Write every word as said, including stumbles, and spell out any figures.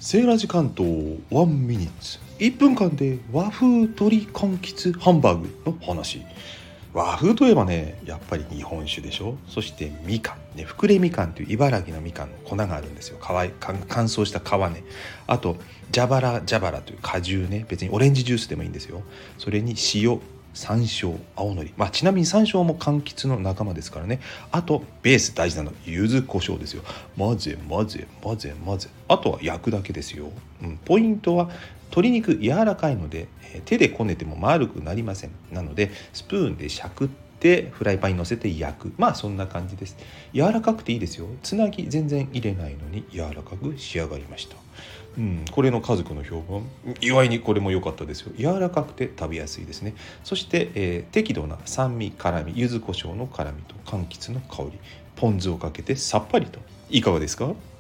セーラジ関東ワンミニッツいっぷんかんで和風鶏柑橘ハンバーグの話。和風といえばね、やっぱり日本酒でしょ。そしてみかんね、ふくれみかんという茨城のみかんの粉があるんですよ。乾い乾燥した皮ね。あと蛇腹蛇腹という果汁ね、別にオレンジジュースでもいいんですよ。それに塩、山椒、青のり、まあ、ちなみに山椒も柑橘の仲間ですからね。あとベース大事なの柚子胡椒ですよ。混ぜ混ぜ混ぜ混ぜ、あとは焼くだけですよ、うん、ポイントは鶏肉柔らかいので、えー手でこねても丸くなりません。なのでスプーンでしゃくってフライパンに乗せて焼く、まあそんな感じです。柔らかくていいですよ。つなぎ全然入れないのに柔らかく仕上がりました。うん、これの家族の評判、意外にこれも良かったですよ。柔らかくて食べやすいですね。そして、えー適度な酸味、辛み、柚子胡椒の辛みと柑橘の香り、ポン酢をかけてさっぱりと。いかがですか？